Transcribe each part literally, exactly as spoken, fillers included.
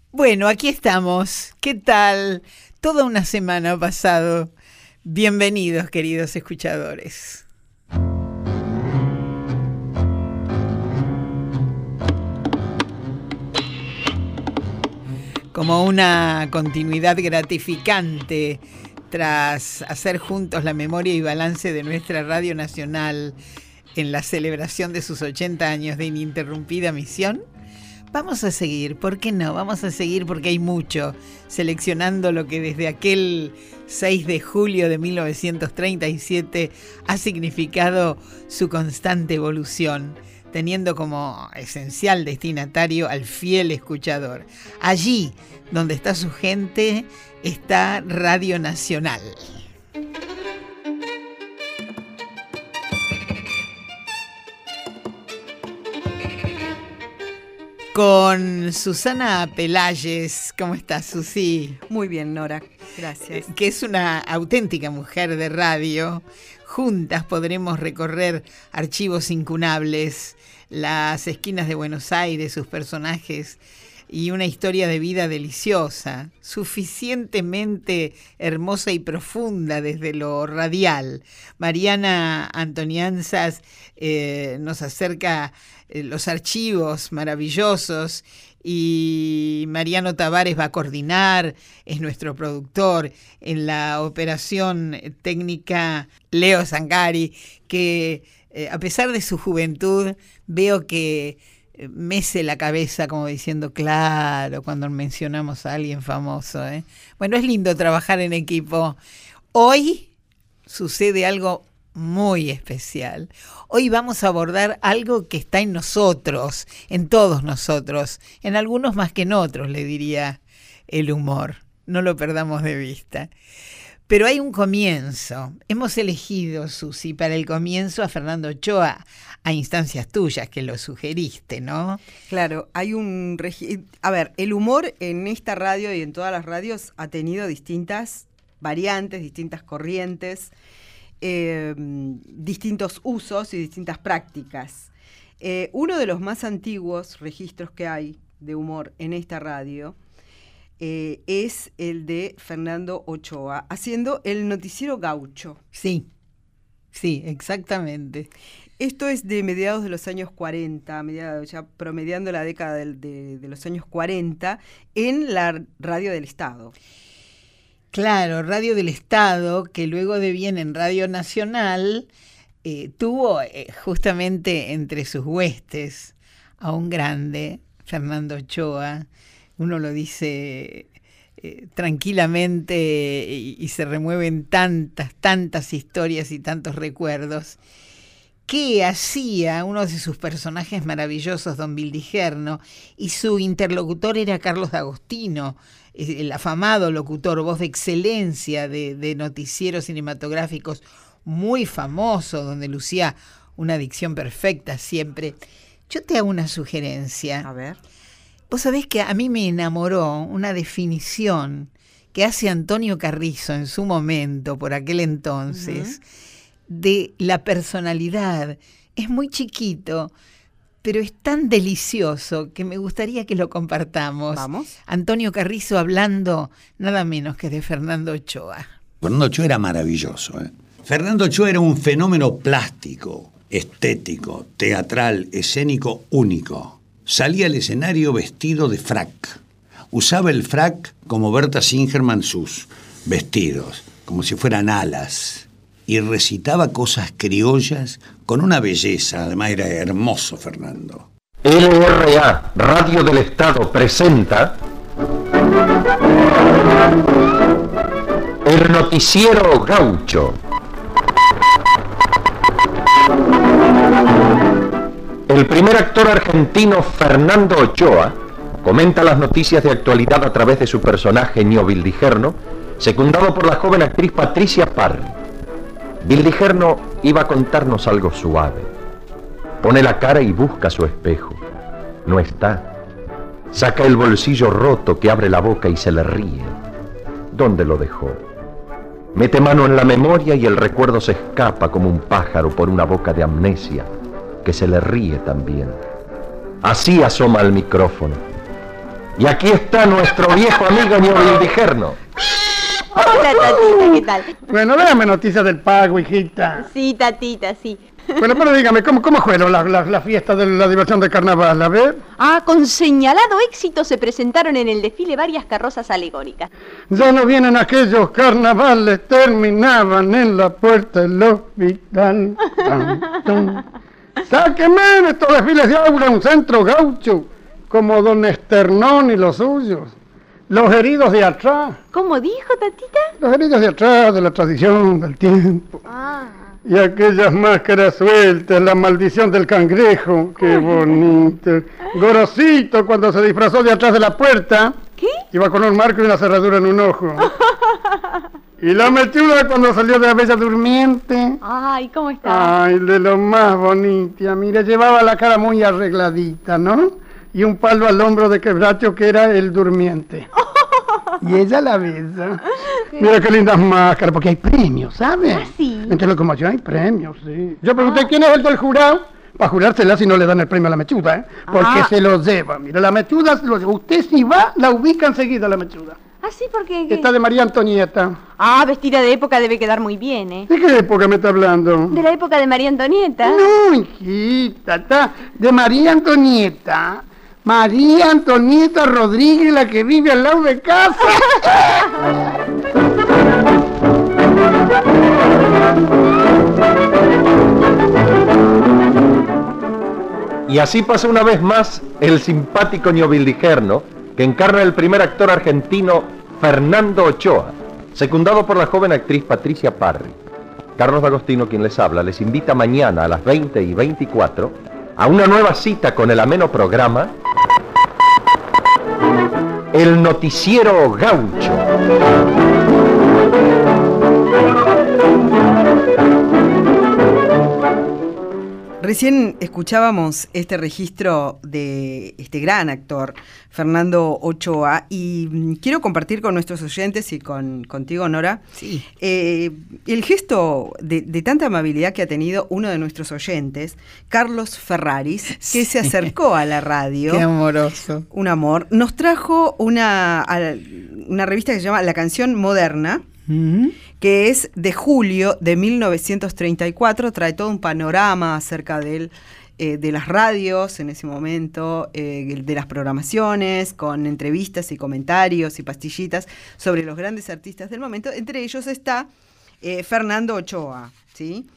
Bueno, aquí estamos. ¿Qué tal? Toda una semana ha pasado. Bienvenidos, queridos escuchadores. Como una continuidad gratificante tras hacer juntos la memoria y balance de nuestra Radio Nacional en la celebración de sus ochenta años de ininterrumpida misión, vamos a seguir, ¿por qué no? Vamos a seguir porque hay mucho, seleccionando lo que desde aquel seis de julio de mil novecientos treinta y siete ha significado su constante evolución, teniendo como esencial destinatario al fiel escuchador. Allí donde está su gente está Radio Nacional. Con Susana Pelayes. ¿Cómo estás, Susi? Muy bien, Nora. Gracias. Que es una auténtica mujer de radio. Juntas podremos recorrer archivos incunables, las esquinas de Buenos Aires, sus personajes y una historia de vida deliciosa, suficientemente hermosa y profunda desde lo radial. Mariana Antonianzas eh, nos acerca eh, los archivos maravillosos y Mariano Tavares va a coordinar, es nuestro productor. En la operación técnica, Leo Zangari, que eh, a pesar de su juventud veo que mece la cabeza como diciendo, claro, cuando mencionamos a alguien famoso, ¿eh? Bueno, es lindo trabajar en equipo. Hoy sucede algo muy especial. Hoy vamos a abordar algo que está en nosotros, en todos nosotros, en algunos más que en otros, le diría, el humor. No lo perdamos de vista. Pero hay un comienzo. Hemos elegido, Susi, para el comienzo a Fernando Ochoa, a instancias tuyas que lo sugeriste, ¿no? Claro, hay un... Regi- a ver, el humor en esta radio y en todas las radios ha tenido distintas variantes, distintas corrientes, eh, distintos usos y distintas prácticas. Eh, uno de los más antiguos registros que hay de humor en esta radio Eh, es el de Fernando Ochoa, haciendo el noticiero gaucho. Sí, sí, exactamente. Esto es de mediados de los años cuarenta, mediados, ya promediando la década de, de, de los años cuarenta, en la Radio del Estado. Claro, Radio del Estado, que luego de bien en Radio Nacional, eh, tuvo eh, justamente entre sus huestes a un grande, Fernando Ochoa. Uno lo dice eh, tranquilamente y, y se remueven tantas, tantas historias y tantos recuerdos. ¿Qué hacía uno de sus personajes maravillosos, don Vildigerno? Y su interlocutor era Carlos D'Agostino, el afamado locutor, voz de excelencia de, de noticieros cinematográficos, muy famoso, donde lucía una dicción perfecta siempre. Yo te hago una sugerencia. A ver. Vos sabés que a mí me enamoró una definición que hace Antonio Carrizo en su momento, por aquel entonces, uh-huh. de la personalidad. Es muy chiquito, pero es tan delicioso que me gustaría que lo compartamos. Vamos. Antonio Carrizo hablando nada menos que de Fernando Ochoa. Fernando Ochoa era maravilloso, ¿eh? Fernando Ochoa era un fenómeno plástico, estético, teatral, escénico único. Salía al escenario vestido de frac. Usaba el frac como Berta Singerman sus vestidos, como si fueran alas. Y recitaba cosas criollas con una belleza. Además era hermoso, Fernando. L R A, Radio del Estado, presenta el noticiero gaucho. El primer actor argentino, Fernando Ochoa, comenta las noticias de actualidad a través de su personaje Ño Vildigerno, secundado por la joven actriz Patricia Parry. Vildigerno iba a contarnos algo suave. Pone la cara y busca su espejo. No está. Saca el bolsillo roto que abre la boca y se le ríe. ¿Dónde lo dejó? Mete mano en la memoria y el recuerdo se escapa como un pájaro por una boca de amnesia que se le ríe también. Así asoma al micrófono. Y aquí está nuestro viejo amigo Ñobildigerno. Hola, tatita, ¿qué tal? Bueno, déjame noticias del pago, hijita. Sí, tatita, sí. Bueno, pero dígame, ¿cómo, cómo fueron las la, la fiestas de la diversión de carnaval? A ver. Ah, con señalado éxito se presentaron en el desfile varias carrozas alegóricas. Ya no vienen aquellos carnavales, terminaban en la puerta del hospital. Tan, tan. ¡Sáqueme de estos desfiles de aura un centro gaucho, como don Esternón y los suyos! Los heridos de atrás. ¿Cómo dijo, tatita? Los heridos de atrás, de la tradición, del tiempo. Ah. Y aquellas máscaras sueltas, la maldición del cangrejo, qué bonito. Gorosito, cuando se disfrazó de atrás de la puerta, ¿qué? Iba con un marco y una cerradura en un ojo. Y la mechuda cuando salió de la Bella Durmiente. Ay, ¿cómo está? Ay, de lo más bonita. Mira, llevaba la cara muy arregladita, ¿no? Y un palo al hombro de quebracho que era el durmiente. Y ella la besa. Mira qué lindas máscaras, porque hay premios, ¿sabes? ¿Ah, sí? Entre locomoción hay premios, sí. Yo pregunté, ah. ¿quién es el del jurado? Para jurársela si no le dan el premio a la mechuda, ¿eh? Porque ah. se lo lleva. Mira, la mechuda se lo lleva. Usted si va, la ubica enseguida la mechuda. ¿Ah, sí? ¿Por qué? Está de María Antonieta. Ah, vestida de época debe quedar muy bien, ¿eh? ¿De qué época me está hablando? De la época de María Antonieta. No, hijita, está de María Antonieta. María Antonieta Rodríguez, la que vive al lado de casa. Y así pasó una vez más el simpático Ñobildigerno, que encarna el primer actor argentino Fernando Ochoa, secundado por la joven actriz Patricia Parry. Carlos D'Agostino, quien les habla, les invita mañana a las veinte y veinticuatro a una nueva cita con el ameno programa El Noticiero Gaucho. Recién escuchábamos este registro de este gran actor, Fernando Ochoa, y quiero compartir con nuestros oyentes y con contigo, Nora, sí. eh, el gesto de, de tanta amabilidad que ha tenido uno de nuestros oyentes, Carlos Ferraris, que sí. se acercó a la radio. Qué amoroso. Un amor. Nos trajo una, una revista que se llama La Canción Moderna, Uh-huh. que es de julio de mil novecientos treinta y cuatro, trae todo un panorama acerca del, eh, de las radios en ese momento, eh, de las programaciones, con entrevistas y comentarios y pastillitas sobre los grandes artistas del momento. Entre ellos está eh, Fernando Ochoa, ¿sí?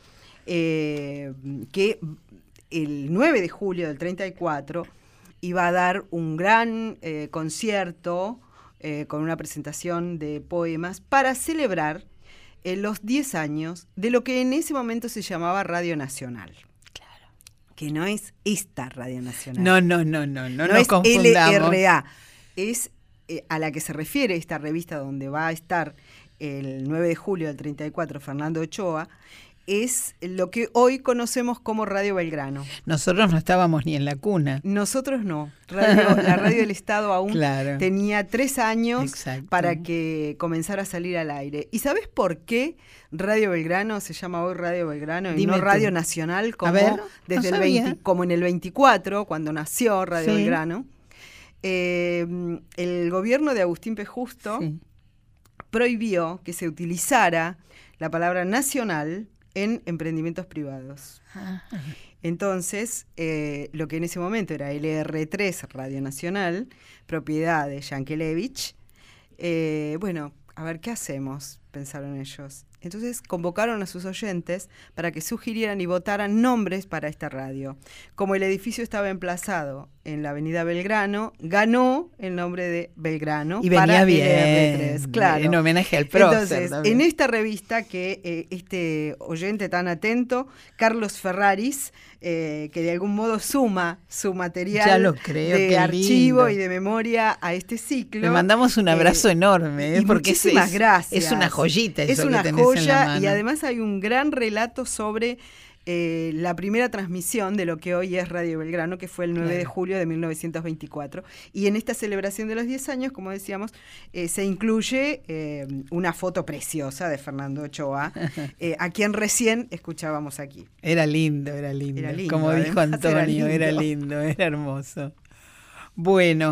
eh, que el nueve de julio del treinta y cuatro iba a dar un gran eh, concierto Eh, con una presentación de poemas para celebrar eh, los diez años de lo que en ese momento se llamaba Radio Nacional. Claro. Que no es esta Radio Nacional. No, no, no, no, no, no nos es confundamos. L R A. Es eh, a la que se refiere esta revista donde va a estar el nueve de julio del treinta y cuatro Fernando Ochoa. Es lo que hoy conocemos como Radio Belgrano. Nosotros no estábamos ni en la cuna. Nosotros no. Radio, la Radio del Estado aún claro. tenía tres años Exacto. para que comenzara a salir al aire. ¿Y sabes por qué Radio Belgrano se llama hoy Radio Belgrano y Dime no tú. Radio Nacional como, ver, desde no el veinte, como en el veinticuatro, cuando nació Radio sí. Belgrano? Eh, el gobierno de Agustín P. Justo sí. prohibió que se utilizara la palabra nacional en emprendimientos privados. Ajá. Entonces, eh, lo que en ese momento era L R tres, Radio Nacional, propiedad de Yankelevich, eh, bueno, a ver, ¿qué hacemos?, pensaron ellos. Entonces convocaron a sus oyentes para que sugirieran y votaran nombres para esta radio. Como el edificio estaba emplazado en la avenida Belgrano, ganó el nombre de Belgrano y venía para bien, L R tres, claro. En homenaje al prócer. Entonces, también. en esta revista que eh, este oyente tan atento, Carlos Ferraris, eh, que de algún modo suma su material ya lo creo, de qué archivo lindo. Y de memoria a este ciclo. Le mandamos un abrazo eh, enorme, eh, y porque muchísimas es, gracias. Es una joyita eso es una que tenés joya, en la mano. Y además hay un gran relato sobre eh, la primera transmisión de lo que hoy es Radio Belgrano, que fue el nueve claro. de julio de mil novecientos veinticuatro. Y en esta celebración de los diez años, como decíamos, eh, se incluye eh, una foto preciosa de Fernando Ochoa, eh, a quien recién escuchábamos aquí. Era lindo, era lindo. Era lindo, como dijo Antonio, era lindo. era lindo, era hermoso. Bueno,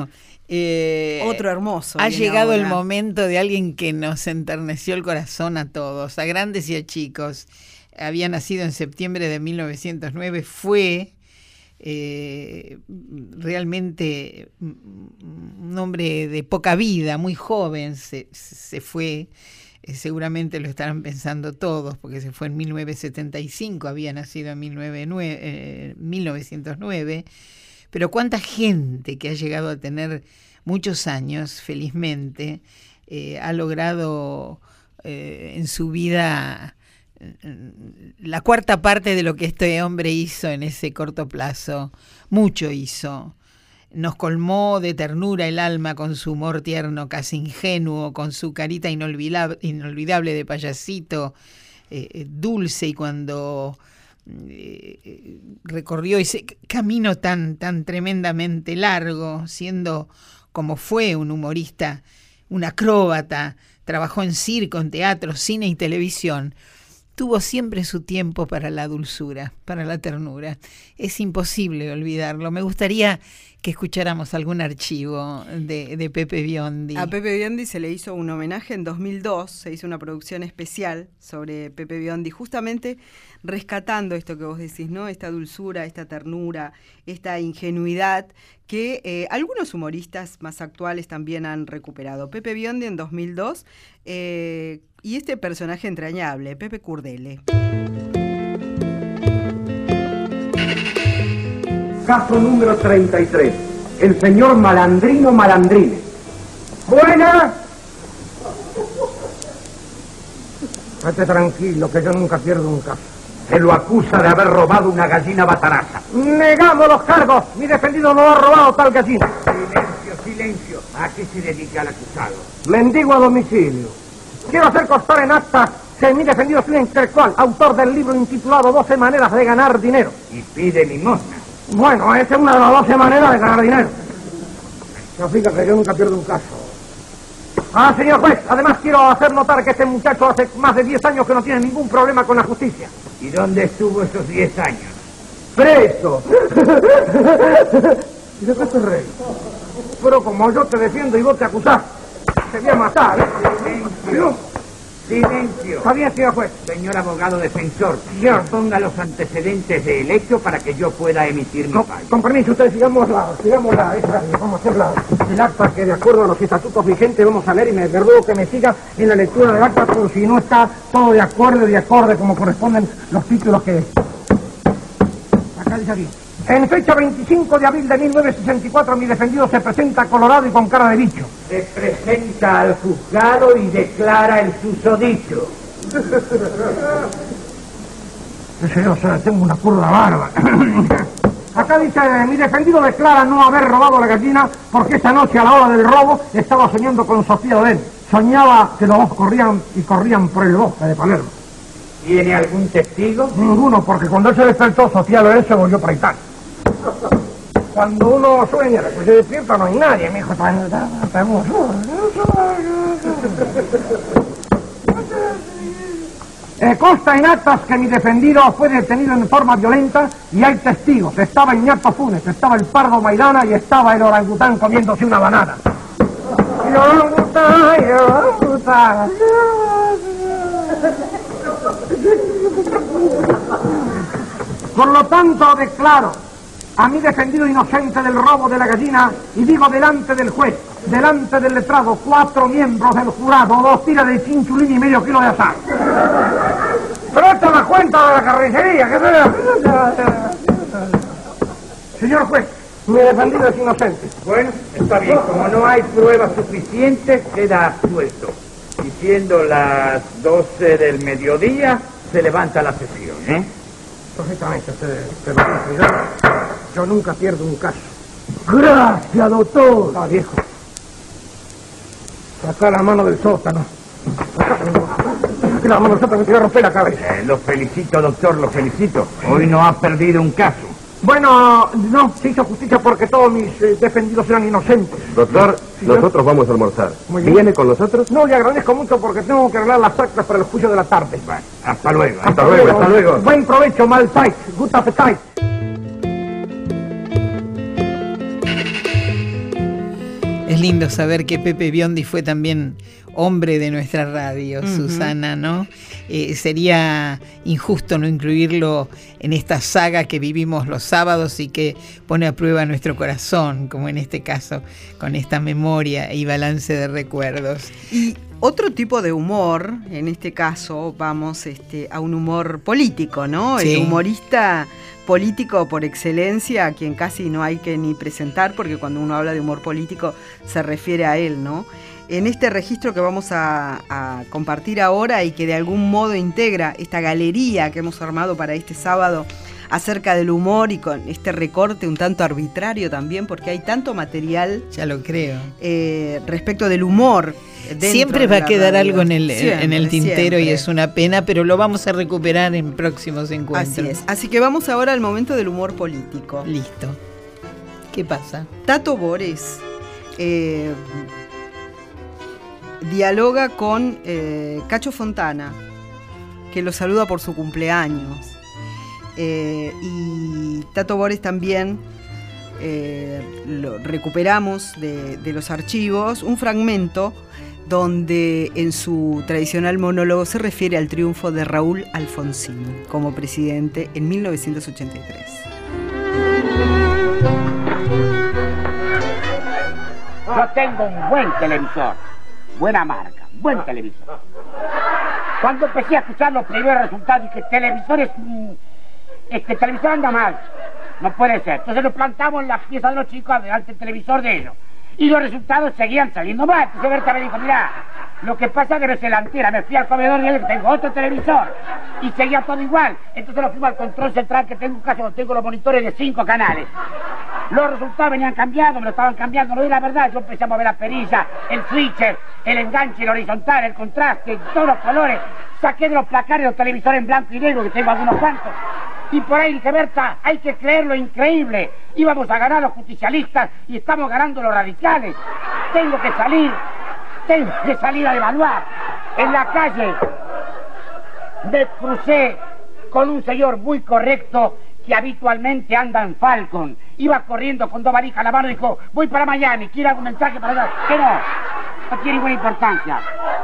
Eh, Otro hermoso. Ha viene llegado ahora. el momento de alguien que nos enterneció el corazón a todos, a grandes y a chicos. Había nacido en septiembre de mil novecientos nueve, fue eh, realmente un hombre de poca vida, muy joven, se, se fue. Eh, seguramente lo estarán pensando todos, porque se fue en mil novecientos setenta y cinco, había nacido en mil novecientos nueve. Pero cuánta gente que ha llegado a tener muchos años, felizmente, eh, ha logrado eh, en su vida eh, la cuarta parte de lo que este hombre hizo en ese corto plazo. Mucho hizo. Nos colmó de ternura el alma con su humor tierno, casi ingenuo, con su carita inolvidable, inolvidable de payasito, eh, dulce, y cuando eh, recorrió ese camino tan, tan tremendamente largo, siendo como fue un humorista, un acróbata, trabajó en circo, en teatro, cine y televisión. Tuvo siempre su tiempo para la dulzura, para la ternura. Es imposible olvidarlo. Me gustaría que escucháramos algún archivo de, de Pepe Biondi. A Pepe Biondi se le hizo un homenaje en dos mil dos, se hizo una producción especial sobre Pepe Biondi, justamente rescatando esto que vos decís, ¿no? Esta dulzura, esta ternura, esta ingenuidad que eh, algunos humoristas más actuales también han recuperado. Pepe Biondi en dos mil dos eh, y este personaje entrañable, Pepe Curdele. Caso número treinta y tres. El señor Malandrino Malandrines. ¡Buena! Estate tranquilo, que yo nunca pierdo un caso. Se lo acusa de haber robado una gallina bataraza. Negamos los cargos. Mi defendido no ha robado tal gallina. Silencio, silencio. ¿A qué se dedica el acusado? Mendigo a domicilio. Quiero hacer constar en acta que mi defendido es un intelectual, autor del libro intitulado doce maneras de ganar dinero. Y pide limosna. Bueno, esa es una de las doce maneras de ganar dinero. No fija que yo nunca pierdo un caso. Ah, señor juez, además quiero hacer notar que este muchacho hace más de diez años que no tiene ningún problema con la justicia. ¿Y dónde estuvo esos diez años? ¡Preso! ¿Y de qué te reís? Pero como yo te defiendo y vos te acusás, te voy a matar, ¿eh? Silencio. Silencio. Está bien, señor juez. Señor abogado defensor, señor, ponga los antecedentes del hecho para que yo pueda emitir mi fallo. Con permiso, ustedes sigamos la, sigamos la, esta, vamos a hacer la, el acta que de acuerdo a los estatutos vigentes vamos a leer, y me ruego que me siga en la lectura del acta, por si no está todo de acuerdo y de acorde como corresponden los títulos que... Acá dice aquí. En fecha veinticinco de abril de mil novecientos sesenta y cuatro, mi defendido se presenta colorado y con cara de bicho. Se presenta al juzgado y declara el susodicho. Señor, o sea, tengo una curva bárbara. Acá dice, mi defendido declara no haber robado la gallina porque esa noche a la hora del robo estaba soñando con Sofía Loren. Soñaba que los dos corrían y corrían por el bosque de Palermo. ¿Tiene algún testigo? Ninguno, porque cuando él se despertó, Sofía Loren se volvió para Italia. Cuando uno sueña, después se despierta, no hay nadie, mi hijo. Eh, consta en actas que mi defendido fue detenido en forma violenta y hay testigos. Estaba Iñato Funes, estaba el Pardo Maidana y estaba el orangután comiéndose una banana. Y orangután, y orangután. Por lo tanto, declaro a mi defendido inocente del robo de la gallina y digo delante del juez, delante del letrado, cuatro miembros del jurado, dos tiras de chinchulín y medio kilo de azar. Pero esta es la cuenta de la carnicería, que se... Señor juez, mi defendido es inocente. Bueno, está bien, como no hay pruebas suficientes, queda absuelto. Y siendo las doce del mediodía, se levanta la sesión, ¿eh? Perfectamente, pero yo nunca pierdo un caso. Gracias, doctor. Ah, viejo. Saca la mano del sótano. Saca la mano del sótano, me quiero romper la cabeza. Eh, lo felicito, doctor, lo felicito. Hoy no ha perdido un caso. Bueno, no, se hizo justicia porque todos mis eh, defendidos eran inocentes. Doctor, ¿Sí, nosotros no? vamos a almorzar. ¿Viene con nosotros? No, le agradezco mucho porque tengo que arreglar las actas para el juicio de la tarde. Bueno, hasta luego. Hasta, hasta luego, luego, hasta luego. Buen provecho, mal fight. Good appetite. Es lindo saber que Pepe Biondi fue también hombre de nuestra radio, uh-huh. Susana, ¿no? Eh, sería injusto no incluirlo en esta saga que vivimos los sábados y que pone a prueba nuestro corazón, como en este caso, con esta memoria y balance de recuerdos. Y otro tipo de humor, en este caso, vamos este, a un humor político, ¿no? Sí. El humorista político por excelencia, a quien casi no hay que ni presentar, porque cuando uno habla de humor político se refiere a él, ¿no? En este registro que vamos a, a compartir ahora y que de algún modo integra esta galería que hemos armado para este sábado acerca del humor y con este recorte un tanto arbitrario también, porque hay tanto material. Ya lo creo. Eh, respecto del humor. Siempre va a quedar radio. algo en el, siempre, en el tintero siempre. Y es una pena, pero lo vamos a recuperar en próximos encuentros. Así es. Así que vamos ahora al momento del humor político. Listo. ¿Qué pasa? Tato Bores eh, dialoga con eh, Cacho Fontana, que lo saluda por su cumpleaños. Eh, y Tato Bores también eh, lo recuperamos de, de los archivos un fragmento donde en su tradicional monólogo se refiere al triunfo de Raúl Alfonsín como presidente en mil novecientos ochenta y tres. Yo tengo un buen televisor, buena marca, buen televisor. Cuando empecé a escuchar los primeros resultados dije, televisores, este televisor anda mal, no puede ser. Entonces nos plantamos en la pieza de los chicos delante del televisor de ellos. Y los resultados seguían saliendo mal. Entonces Berta me dijo, mirá, lo que pasa es que debe ser la antera. Me fui al comedor y le tengo otro televisor. Y seguía todo igual. Entonces lo fuimos al control central que tengo en casa donde tengo los monitores de cinco canales. Los resultados venían cambiando, me lo estaban cambiando. No es la verdad, yo empecé a mover la perilla, el switcher, el enganche, el horizontal, el contraste, todos los colores. Saqué de los placares los televisores en blanco y negro, que tengo algunos cuantos. Y por ahí dije, Berta, hay que creer lo increíble. Íbamos a ganar los justicialistas y estamos ganando los radicales. Tengo que salir, tengo que salir a evaluar. En la calle me crucé con un señor muy correcto que habitualmente anda en Falcon. Iba corriendo con dos varijas a la mano y dijo, voy para Miami, ¿quiere algún mensaje para allá? Que no, no tiene ninguna importancia.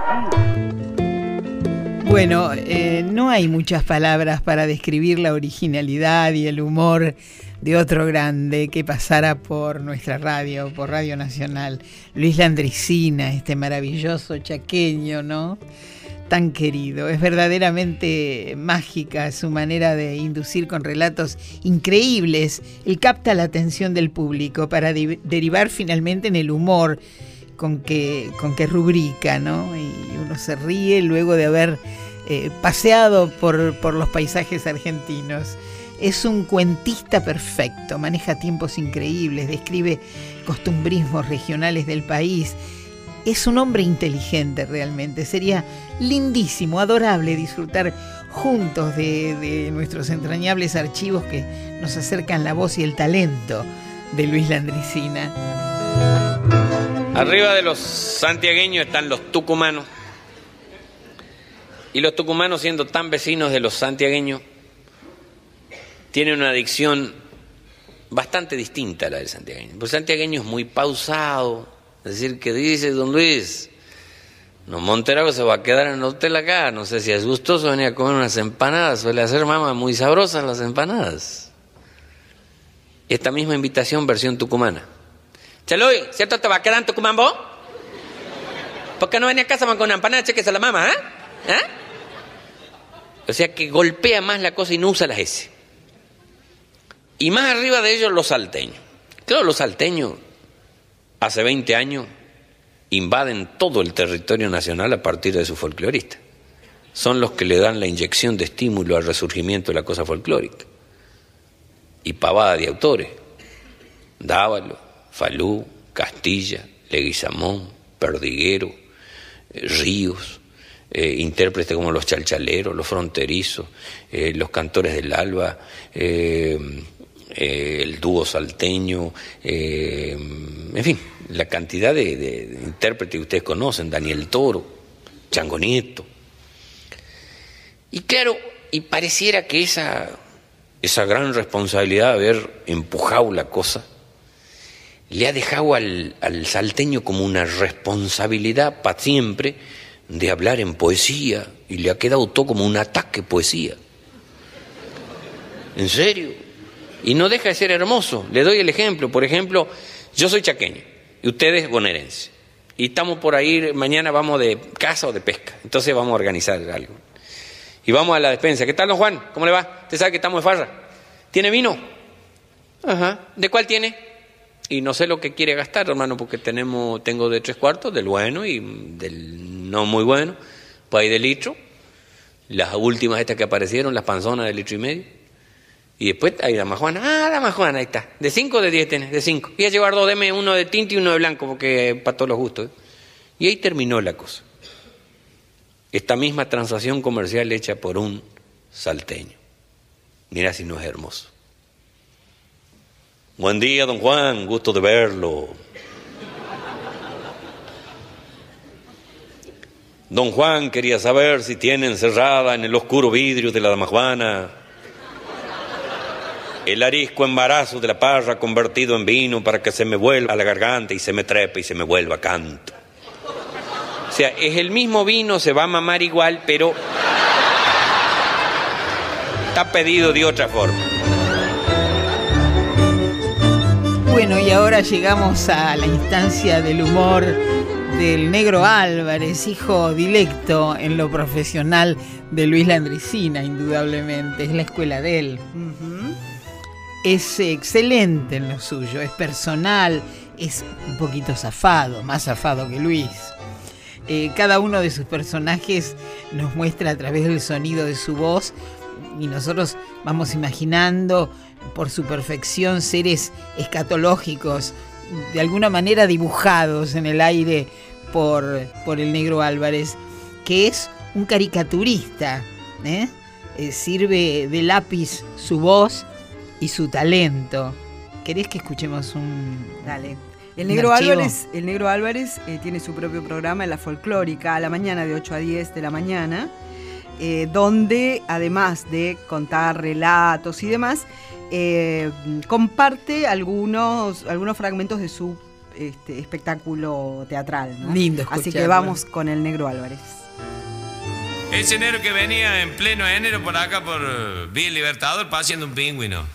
Bueno, eh, no hay muchas palabras para describir la originalidad y el humor de otro grande que pasara por nuestra radio, por Radio Nacional. Luis Landricina, este maravilloso chaqueño, ¿no? Tan querido. Es verdaderamente mágica su manera de inducir con relatos increíbles. Él capta la atención del público para de- derivar finalmente en el humor con que, con que rubrica, ¿no? Y uno se ríe luego de haber eh, paseado por, por los paisajes argentinos. Es un cuentista perfecto, maneja tiempos increíbles, describe costumbrismos regionales del país. Es un hombre inteligente realmente. Sería lindísimo, adorable disfrutar juntos de, de nuestros entrañables archivos que nos acercan la voz y el talento de Luis Landricina. Arriba de los santiagueños están los tucumanos. Y los tucumanos, siendo tan vecinos de los santiagueños, tienen una dicción bastante distinta a la del santiagueño. Porque el santiagueño es muy pausado. Es decir, que dice don Luis, no, Monterago se va a quedar en el hotel acá. No sé si es gustoso venir a comer unas empanadas. Suele hacer mamá muy sabrosas las empanadas. Esta misma invitación, versión tucumana. Chaluy, ¿cierto te va a quedar en Tucumán vos? ¿Por qué no venía a casa con una empanada? Chequese la mamá, ¿eh? ¿Eh? O sea que golpea más la cosa y no usa las S. Y más arriba de ellos los salteños. Claro, los salteños hace veinte años invaden todo el territorio nacional a partir de su folclorista. Son los que le dan la inyección de estímulo al resurgimiento de la cosa folclórica. Y pavada de autores. Dávalo, Falú, Castilla, Leguizamón, Perdiguero, eh, Ríos, eh, intérpretes como los chalchaleros, los fronterizos, eh, los cantores del alba, eh, eh, el dúo salteño, eh, en fin, la cantidad de, de, de intérpretes que ustedes conocen, Daniel Toro, Chango Nieto. Y claro, y pareciera que esa, esa gran responsabilidad de haber empujado la cosa le ha dejado al, al salteño como una responsabilidad para siempre de hablar en poesía, y le ha quedado todo como un ataque poesía. ¿En serio? Y no deja de ser hermoso. Le doy el ejemplo. Por ejemplo, yo soy chaqueño y ustedes bonaerenses. Y estamos por ahí, mañana vamos de caza o de pesca. Entonces vamos a organizar algo. Y vamos a la despensa. ¿Qué tal, don Juan? ¿Cómo le va? ¿Usted sabe que estamos de farra? ¿Tiene vino? Ajá. ¿De cuál tiene? Y no sé lo que quiere gastar, hermano, porque tenemos, tengo de tres cuartos, del bueno y del no muy bueno. Pues hay de litro. Las últimas estas que aparecieron, las panzonas de litro y medio. Y después hay dama Juana. Ah, dama Juana, ahí está. ¿De cinco o de diez tenés? De cinco. Y a llevar dos, deme uno de tinto y uno de blanco, porque para todos los gustos. ¿eh? Y ahí terminó la cosa. Esta misma transacción comercial hecha por un salteño. Mira si no es hermoso. Buen día, don Juan, gusto de verlo. Don Juan quería saber si tiene encerrada en el oscuro vidrio de la dama Juana el arisco embarazo de la parra convertido en vino para que se me vuelva a la garganta y se me trepe y se me vuelva canto. O sea, es el mismo vino, se va a mamar igual, pero está pedido de otra forma. Bueno, y ahora llegamos a la instancia del humor del Negro Álvarez, hijo dilecto en lo profesional de Luis Landricina, indudablemente. Es la escuela de él. Uh-huh. Es excelente en lo suyo, es personal, es un poquito zafado, más zafado que Luis. Eh, cada uno de sus personajes nos muestra a través del sonido de su voz y nosotros vamos imaginando por su perfección seres escatológicos, de alguna manera dibujados en el aire por, por el Negro Álvarez, que es un caricaturista, ¿eh? Eh, sirve de lápiz su voz y su talento. ¿Querés que escuchemos un... Dale. El Negro Álvarez, el Negro Álvarez eh, tiene su propio programa en La Folclórica a la mañana de ocho a diez de la mañana, eh, donde además de contar relatos y demás, eh, comparte algunos, algunos fragmentos de su este, espectáculo teatral, ¿no? Lindo escucharlo. Así que vamos con el Negro Álvarez. Ese enero que venía en pleno enero por acá por Vía Libertador haciendo un pingüino.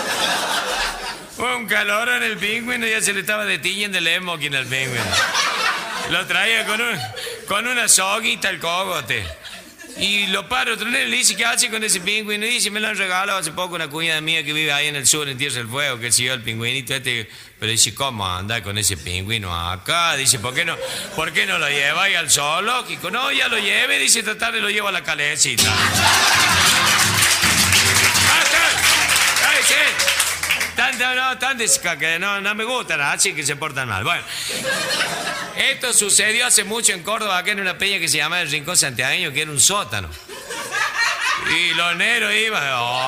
Un calor en el pingüino, ya se le estaba detiñendo el smoking al pingüino. Lo traía con, un, con una soguita al cogote. Y lo paro otro enero y le dice, ¿qué hace con ese pingüino? Y dice, me lo han regalado hace poco una cuñada mía que vive ahí en el sur, en Tierra del Fuego, que siguió el pingüinito este. Pero dice, ¿cómo anda con ese pingüino acá? Dice, ¿por qué no, ¿por qué no lo lleva ahí al zoológico? No, ya lo lleve, dice, tratar de lo lleva a la calecita. ¡Ah, está! ¡Ay, sí! Tan, no, tan desca que no, no me gustan, así que se portan mal. Bueno, esto sucedió hace mucho en Córdoba, acá en una peña que se llama el Rincón Santiagueño, que era un sótano. Y los negros iban,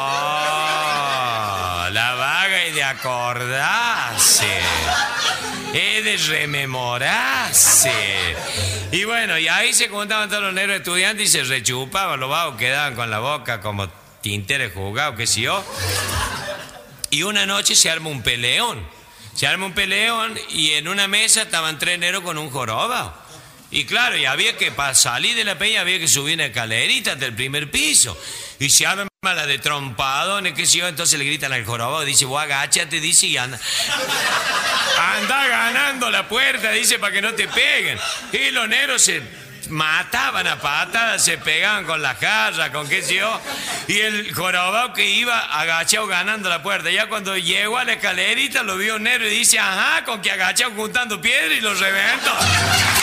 oh, la vaga y de acordarse, es de rememorarse. Y bueno, y ahí se juntaban todos los negros estudiantes y se rechupaban, los vagos quedaban con la boca como tinteres jugados, qué sé yo. Y una noche se arma un peleón. Se arma un peleón y en una mesa estaban tres negros con un joroba. Y claro, y había que, para salir de la peña, había que subir una escalerita hasta el primer piso. Y se arma la de trompadones, qué sé yo, entonces le gritan al jorobado, dice, vos agáchate, dice, y anda. Anda ganando la puerta, dice, para que no te peguen. Y los negros se mataban a patadas, se pegaban con la jarra, con qué sé yo. Y el jorobado que iba agachado ganando la puerta, ya cuando llegó a la escalerita lo vio negro y dice, ajá, con que agachado juntando piedra y lo reventó.